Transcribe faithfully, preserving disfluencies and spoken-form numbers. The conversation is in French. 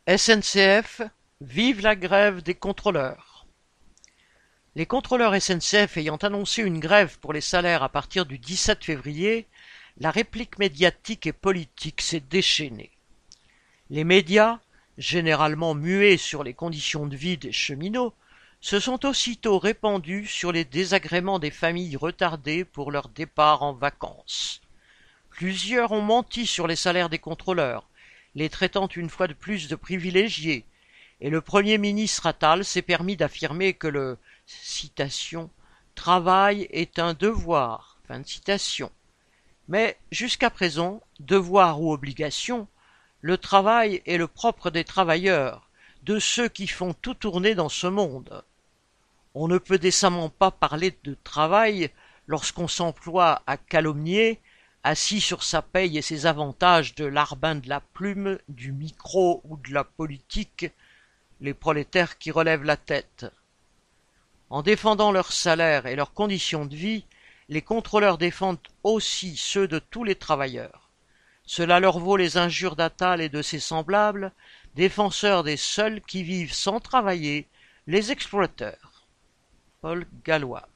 S N C F, vive la grève des contrôleurs. Les contrôleurs S N C F ayant annoncé une grève pour les salaires à partir du dix-sept février, la réplique médiatique et politique s'est déchaînée. Les médias, généralement muets sur les conditions de vie des cheminots, se sont aussitôt répandus sur les désagréments des familles retardées pour leur départ en vacances. Plusieurs ont menti sur les salaires des contrôleurs, les traitant une fois de plus de privilégiés, et le Premier ministre Attal s'est permis d'affirmer que le citation, travail est un devoir. Fin de citation. Mais jusqu'à présent, devoir ou obligation, le travail est le propre des travailleurs, de ceux qui font tout tourner dans ce monde. On ne peut décemment pas parler de travail lorsqu'on s'emploie à calomnier, assis sur sa paye et ses avantages de larbin de la plume, du micro ou de la politique, les prolétaires qui relèvent la tête. En défendant leurs salaires et leurs conditions de vie, les contrôleurs défendent aussi ceux de tous les travailleurs. Cela leur vaut les injures d'Attal et de ses semblables, défenseurs des seuls qui vivent sans travailler, les exploiteurs. Paul Gallois.